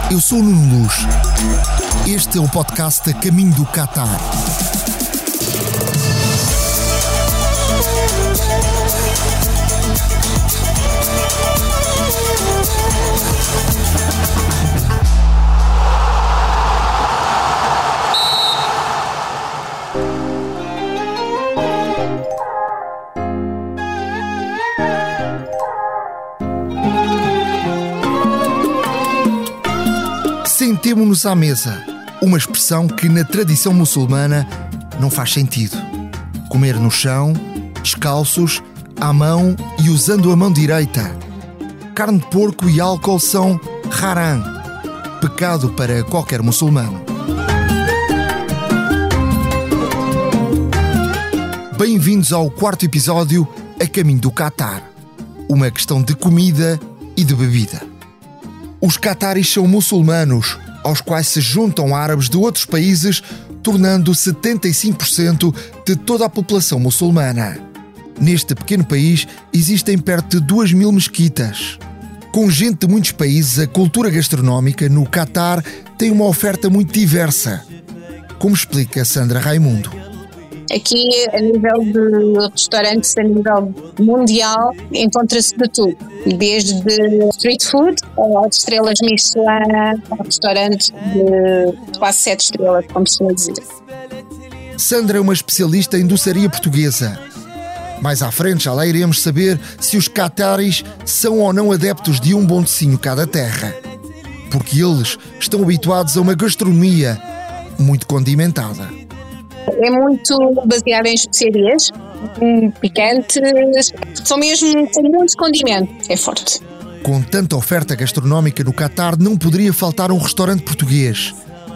Eu sou o Nuno Luz. Este é o podcast A Caminho do Qatar. Sentemo-nos à mesa, uma expressão que na tradição muçulmana não faz sentido. Comer no chão, descalços, à mão e usando a mão direita. Carne de porco e álcool são haram, pecado para qualquer muçulmano. Bem-vindos ao quarto episódio A Caminho do Qatar. Uma questão de comida e de bebida. Os cataris são muçulmanos, aos quais se juntam árabes de outros países, tornando 75% de toda a população muçulmana. Neste pequeno país existem perto de 2.000 mesquitas. Com gente de muitos países, a cultura gastronómica no Qatar tem uma oferta muito diversa. Como explica Sandra Raimundo. Aqui, a nível de restaurantes, a nível mundial, encontra-se de tudo. Desde street food, a estrelas Michelin, a restaurantes de quase 7 estrelas, como se dizer. Sandra é uma especialista em doçaria portuguesa. Mais à frente já lá iremos saber se os cataris são ou não adeptos de um bom docinho cada terra. Porque eles estão habituados a uma gastronomia muito condimentada. É muito baseado em especiarias, picantes, são mesmo com muitos condimentos, é forte. Com tanta oferta gastronómica no Qatar, não poderia faltar um restaurante português.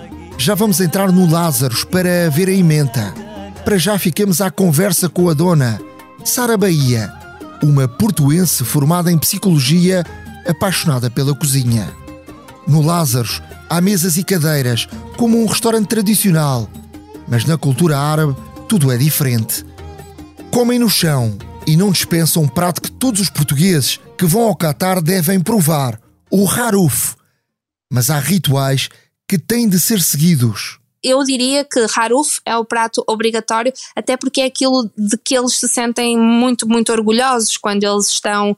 Já vamos entrar no Lázaros para ver a ementa. Para já ficamos à conversa com a dona Sara Bahia, uma portuense formada em psicologia, apaixonada pela cozinha. No Lázaros há mesas e cadeiras, como um restaurante tradicional. Mas na cultura árabe tudo é diferente. Comem no chão e não dispensam um prato que todos os portugueses que vão ao Qatar devem provar, o haruf. Mas há rituais que têm de ser seguidos. Eu diria que haruf é o prato obrigatório, até porque é aquilo de que eles se sentem muito, muito orgulhosos quando eles estão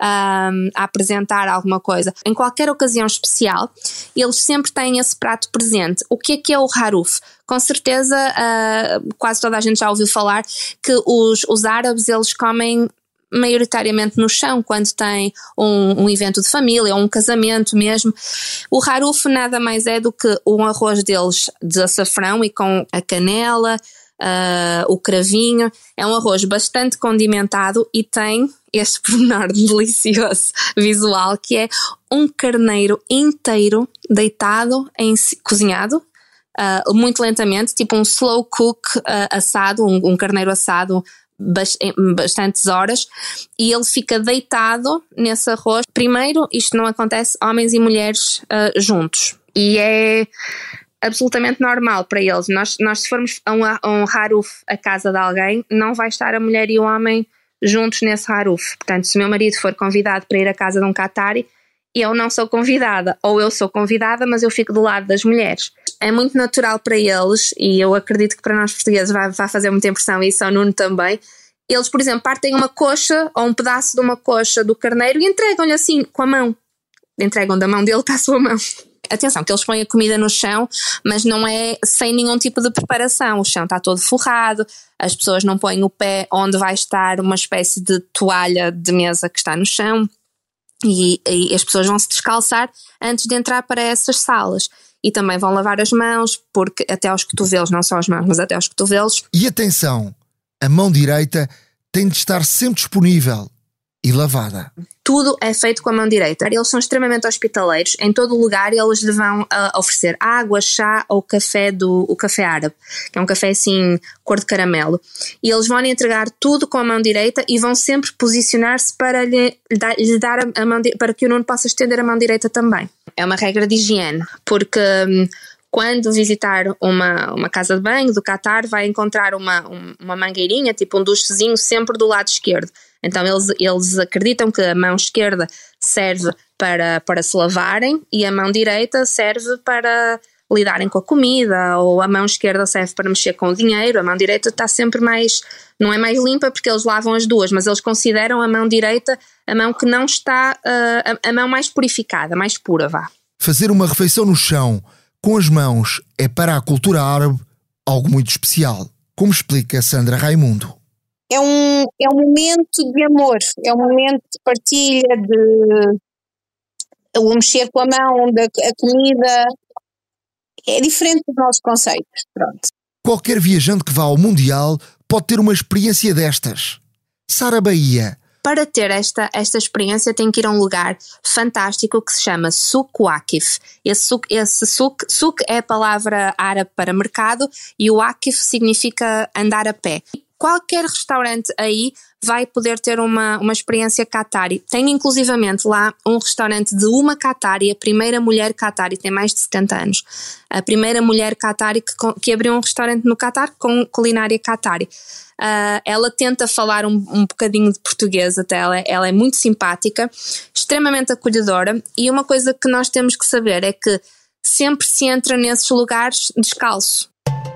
a apresentar alguma coisa. Em qualquer ocasião especial, eles sempre têm esse prato presente. O que é o haruf? Com certeza, quase toda a gente já ouviu falar que os árabes, eles comem maioritariamente no chão, quando tem um evento de família ou um casamento mesmo. O haruf nada mais é do que um arroz deles de açafrão e com a canela, o cravinho. É um arroz bastante condimentado e tem este pormenor delicioso visual, que é um carneiro inteiro deitado, cozinhado, muito lentamente, tipo um slow cook assado, um carneiro assado bastantes horas, e ele fica deitado nesse arroz. Primeiro, isto não acontece homens e mulheres juntos, e é absolutamente normal para eles. Nós se formos a um haruf à casa de alguém, não vai estar a mulher e o homem juntos nesse haruf. Portanto, se o meu marido for convidado para ir à casa de um qatari, eu não sou convidada, ou eu sou convidada, mas eu fico do lado das mulheres. É muito natural para eles, e eu acredito que para nós portugueses vai fazer muita impressão, e isso ao Nuno também. Eles, por exemplo, partem uma coxa ou um pedaço de uma coxa do carneiro e entregam-lhe assim, com a mão. Entregam da mão dele para a sua mão. Atenção, que eles põem a comida no chão, mas não é sem nenhum tipo de preparação. O chão está todo forrado, as pessoas não põem o pé onde vai estar uma espécie de toalha de mesa que está no chão, e as pessoas vão se descalçar antes de entrar para essas salas. E também vão lavar as mãos, porque até aos cotovelos, não só as mãos, mas até aos cotovelos. E atenção, a mão direita tem de estar sempre disponível e lavada. Tudo é feito com a mão direita. Eles são extremamente hospitaleiros. Em todo o lugar eles vão oferecer água, chá ou café o café árabe, que é um café assim, cor de caramelo. E eles vão lhe entregar tudo com a mão direita e vão sempre posicionar-se para lhe dar a mão, para que o Nuno possa estender a mão direita também. É uma regra de higiene, porque quando visitar uma casa de banho do Qatar, vai encontrar uma mangueirinha, tipo um duchezinho, sempre do lado esquerdo. Então eles acreditam que a mão esquerda serve para se lavarem e a mão direita serve para lidarem com a comida, ou a mão esquerda serve para mexer com o dinheiro, a mão direita está sempre mais, não é mais limpa porque eles lavam as duas, mas eles consideram a mão direita a mão que não está, a mão mais purificada, mais pura, vá. Fazer uma refeição no chão com as mãos é para a cultura árabe algo muito especial, como explica Sandra Raimundo. É um momento de amor, é um momento de partilha, o mexer com a mão, a comida. É diferente dos nossos conceitos. Pronto. Qualquer viajante que vá ao Mundial pode ter uma experiência destas. Sara Bahia. Para ter esta experiência tem que ir a um lugar fantástico que se chama Souk Waqif. Esse souk é a palavra árabe para mercado e o Waqif significa andar a pé. Qualquer restaurante aí vai poder ter uma experiência Qatari. Tem inclusivamente lá um restaurante de uma Qatari, a primeira mulher Qatari, tem mais de 70 anos. A primeira mulher Qatari que abriu um restaurante no Qatar com culinária Qatari. Ela tenta falar um bocadinho de português até, ela é muito simpática, extremamente acolhedora, e uma coisa que nós temos que saber é que sempre se entra nesses lugares descalço.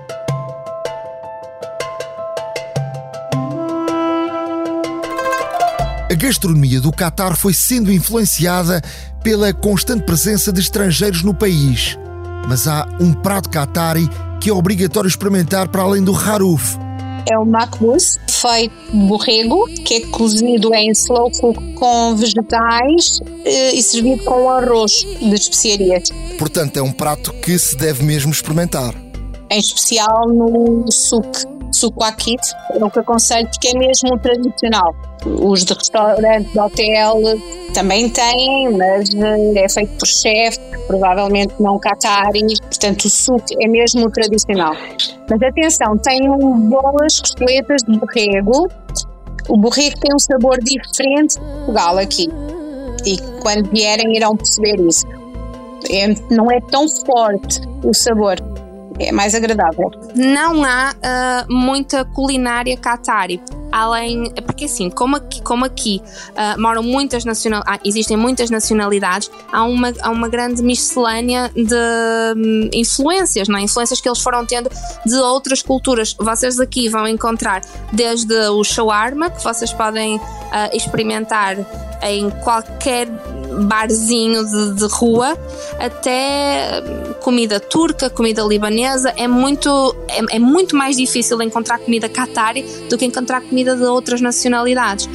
A gastronomia do Qatar foi sendo influenciada pela constante presença de estrangeiros no país. Mas há um prato qatari que é obrigatório experimentar para além do haruf. É o makbous, feito de borrego, que é cozido em slow cook com vegetais e servido com arroz de especiarias. Portanto, é um prato que se deve mesmo experimentar. Em especial no souk waqif, é o que aconselho porque é mesmo tradicional. Os de restaurante, de hotel também têm, mas é feito por chefe, provavelmente não qataris, portanto o souk é mesmo o tradicional. Mas atenção, tem boas costeletas de borrego. O borrego tem um sabor diferente de Portugal aqui. E quando vierem irão perceber isso. Não é tão forte o sabor. É mais agradável. Não há muita culinária qatari, porque assim, como aqui moram muitas existem muitas nacionalidades, há uma grande miscelânea de influências, não é? Influências que eles foram tendo de outras culturas. Vocês aqui vão encontrar desde o shawarma, que vocês podem experimentar em qualquer barzinho de rua, até comida turca, comida libanesa. É muito mais difícil encontrar comida qatari do que encontrar comida de outras nacionalidades.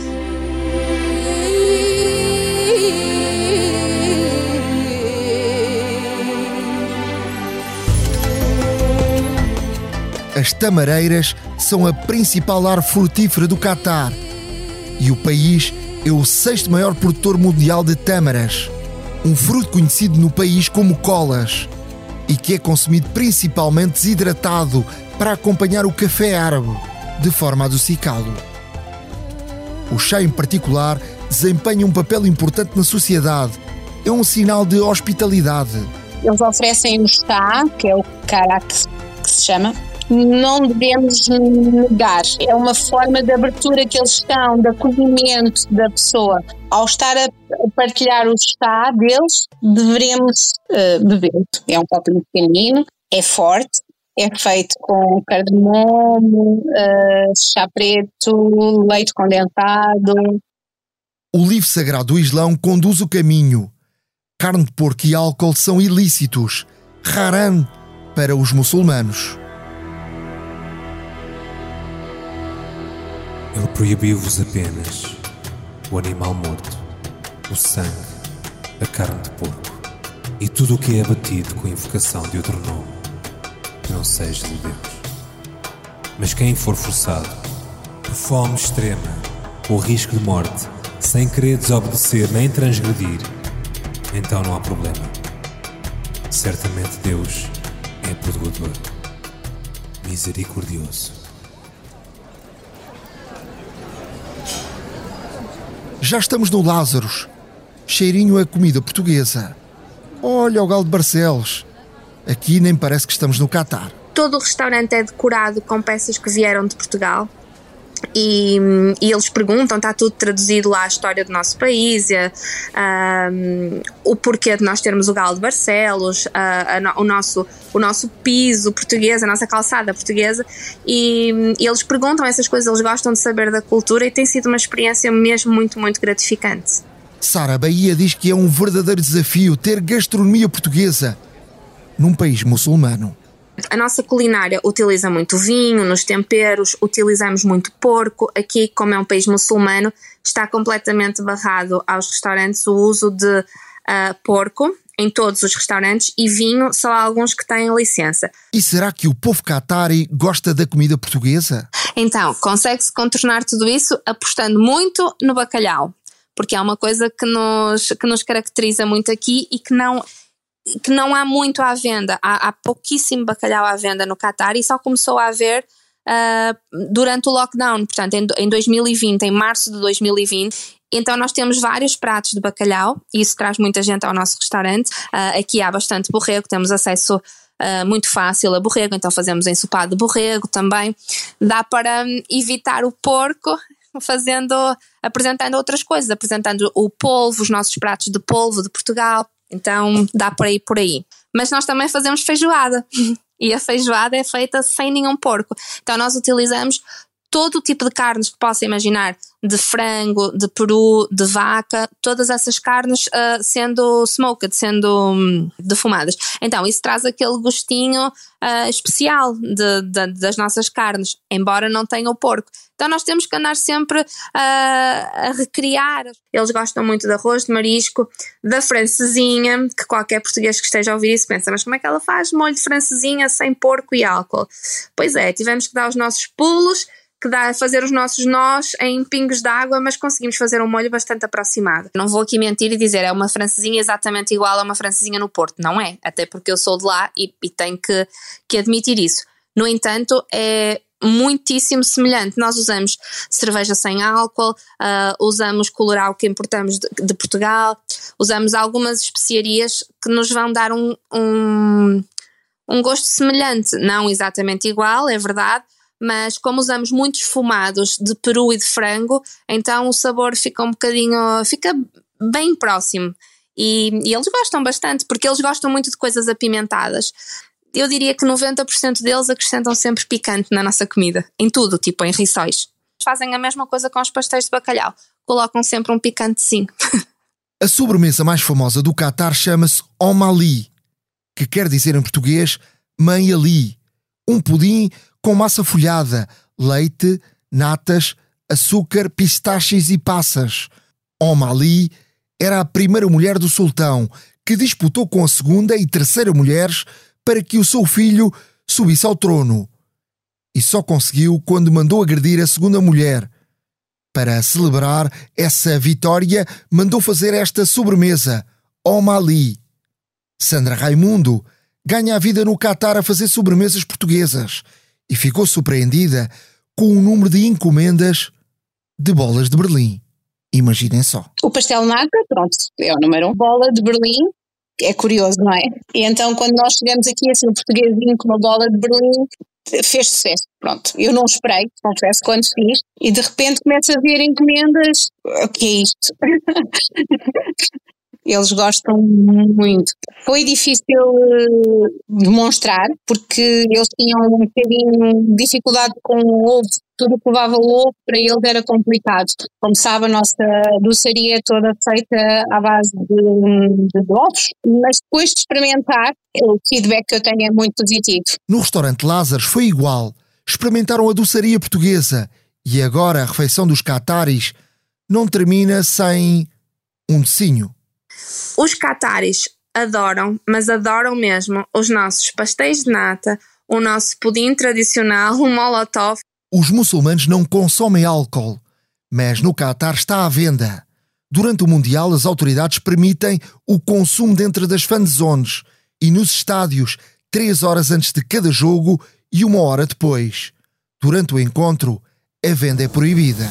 As tamareiras são a principal árvore frutífera do Qatar e o país é o 6º maior produtor mundial de tâmaras, um fruto conhecido no país como colas e que é consumido principalmente desidratado para acompanhar o café árabe, de forma adocicá-lo. O chá em particular desempenha um papel importante na sociedade, é um sinal de hospitalidade. Eles oferecem o chá, que é o karak que se chama. Não devemos negar. É uma forma de abertura que eles estão, de acolhimento da pessoa. Ao estar a partilhar o chá deles, deveremos beber. É um copo pequenino, é forte, é feito com cardamomo, chá preto, leite condensado. O livro sagrado do Islão conduz o caminho. Carne de porco e álcool são ilícitos. Haram para os muçulmanos. Ele proibiu-vos apenas o animal morto, o sangue, a carne de porco e tudo o que é abatido com a invocação de outro nome, que não seja de Deus. Mas quem for forçado, por fome extrema ou risco de morte, sem querer desobedecer nem transgredir, então não há problema. Certamente Deus é perdoador, misericordioso. Já estamos no Lázaros. Cheirinho a comida portuguesa. Olha o galo de Barcelos. Aqui nem parece que estamos no Qatar. Todo o restaurante é decorado com peças que vieram de Portugal. E eles perguntam, está tudo traduzido lá, a história do nosso país, o porquê de nós termos o Galo de Barcelos, o nosso piso português, a nossa calçada portuguesa, e eles perguntam essas coisas, eles gostam de saber da cultura, e tem sido uma experiência mesmo muito, muito gratificante. Sara Bahia diz que é um verdadeiro desafio ter gastronomia portuguesa num país muçulmano. A nossa culinária utiliza muito vinho nos temperos, utilizamos muito porco. Aqui, como é um país muçulmano, está completamente barrado aos restaurantes o uso de porco em todos os restaurantes, e vinho só há alguns que têm licença. E será que o povo catari gosta da comida portuguesa? Então, consegue-se contornar tudo isso apostando muito no bacalhau, porque é uma coisa que nos caracteriza muito aqui e que não há muito à venda. Há pouquíssimo bacalhau à venda no Qatar, e só começou a haver durante o lockdown, portanto em 2020, em março de 2020. Então nós temos vários pratos de bacalhau, e isso traz muita gente ao nosso restaurante. Aqui há bastante borrego, temos acesso muito fácil a borrego, então fazemos ensopado de borrego também. Dá para evitar o porco apresentando outras coisas, apresentando o polvo, os nossos pratos de polvo de Portugal. Então dá para ir por aí. Mas nós também fazemos feijoada, e a feijoada é feita sem nenhum porco. Então nós utilizamos todo o tipo de carnes que possa imaginar, de frango, de peru, de vaca, todas essas carnes sendo smoked, sendo defumadas. Então isso traz aquele gostinho especial das nossas carnes, embora não tenha o porco. Então nós temos que andar sempre a recriar. Eles gostam muito de arroz de marisco, da francesinha, que qualquer português que esteja a ouvir isso pensa, mas como é que ela faz molho de francesinha sem porco e álcool? Pois é, tivemos que dar os nossos pulos, fazer os nossos nós em pingos de água, mas conseguimos fazer um molho bastante aproximado. Não vou aqui mentir e dizer é uma francesinha exatamente igual a uma francesinha no Porto, não é, até porque eu sou de lá e tenho que admitir isso. No entanto, é muitíssimo semelhante. Nós usamos cerveja sem álcool, usamos colorau que importamos de Portugal, usamos algumas especiarias que nos vão dar um gosto semelhante, não exatamente igual, é verdade, mas como usamos muitos fumados de peru e de frango, então o sabor fica fica bem próximo, e eles gostam bastante, porque eles gostam muito de coisas apimentadas. Eu diria que 90% deles acrescentam sempre picante na nossa comida, em tudo, tipo em rissóis. Fazem a mesma coisa com os pastéis de bacalhau, colocam sempre um picantezinho. A sobremesa mais famosa do Qatar chama-se Omali, que quer dizer em português Mãe Ali, um pudim com massa folhada, leite, natas, açúcar, pistaches e passas. Omali era a primeira mulher do sultão, que disputou com a segunda e terceira mulheres para que o seu filho subisse ao trono. E só conseguiu quando mandou agredir a segunda mulher. Para celebrar essa vitória, mandou fazer esta sobremesa, Omali. Sandra Raimundo ganha a vida no Qatar a fazer sobremesas portuguesas e ficou surpreendida com o número de encomendas de bolas de Berlim. Imaginem só. O pastel de nata, pronto, é o número 1. Bola de Berlim, é curioso, não é? E então quando nós chegamos aqui assim, o portuguesinho com uma bola de Berlim, fez sucesso, pronto. Eu não esperei, confesso, quando fiz, e de repente começo a ver encomendas. O que é isto? Eles gostam muito. Foi difícil demonstrar, porque eles tinham um bocadinho de dificuldade com o ovo. Tudo que levava o ovo para eles era complicado. Como sabe, a nossa doçaria é toda feita à base de ovos, mas depois de experimentar, o feedback que eu tenho é muito positivo. No restaurante Lázaros foi igual. Experimentaram a doçaria portuguesa e agora a refeição dos cataris não termina sem um docinho. Os cataris adoram, mas adoram mesmo, os nossos pastéis de nata, o nosso pudim tradicional, o molotov. Os muçulmanos não consomem álcool, mas no Qatar está à venda. Durante o Mundial, as autoridades permitem o consumo dentro das fan zones e nos estádios 3 horas antes de cada jogo e 1 hora depois. Durante o encontro, a venda é proibida.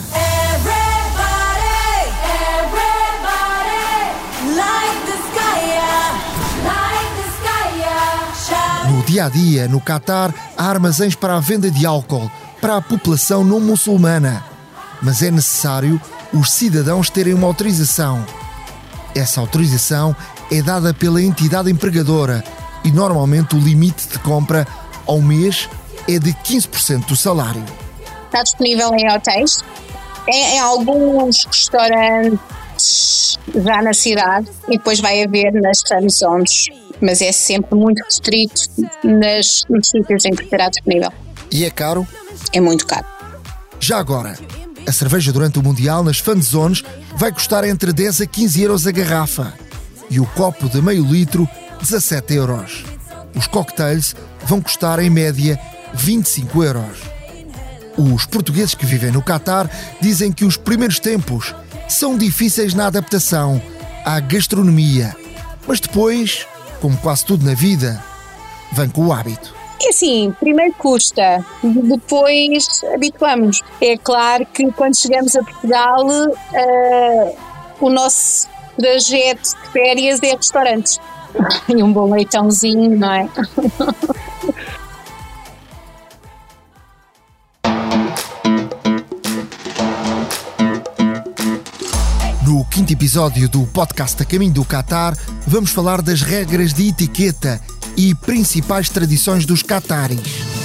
No dia-a-dia, no Qatar, há armazéns para a venda de álcool, para a população não muçulmana, mas é necessário os cidadãos terem uma autorização. Essa autorização é dada pela entidade empregadora e normalmente o limite de compra ao mês é de 15% do salário. Está disponível em hotéis, em alguns restaurantes já na cidade e depois vai haver nas fan zones, mas é sempre muito restrito nos sítios em que será disponível. E é caro? É muito caro. Já agora, a cerveja durante o Mundial nas fan zones vai custar entre 10 a 15 euros a garrafa e o copo de meio litro 17 euros. Os cocktails vão custar em média 25 euros. Os portugueses que vivem no Qatar dizem que os primeiros tempos são difíceis na adaptação à gastronomia, mas depois, como quase tudo na vida, vem com o hábito. É assim, primeiro custa, depois habituamos. É claro que quando chegamos a Portugal, o nosso trajeto de férias é restaurantes. E um bom leitãozinho, não é? No quinto episódio do podcast A Caminho do Qatar, vamos falar das regras de etiqueta e principais tradições dos qataris.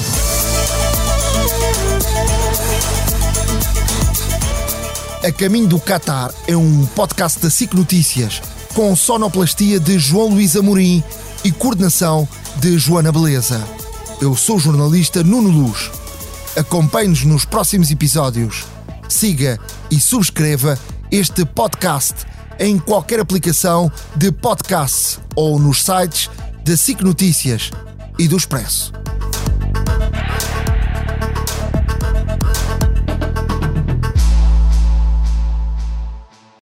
A Caminho do Qatar é um podcast da SIC Notícias, com sonoplastia de João Luís Amorim e coordenação de Joana Beleza. Eu sou o jornalista Nuno Luz. Acompanhe-nos nos próximos episódios. Siga e subscreva este podcast em qualquer aplicação de podcast ou nos sites da SIC Notícias e do Expresso.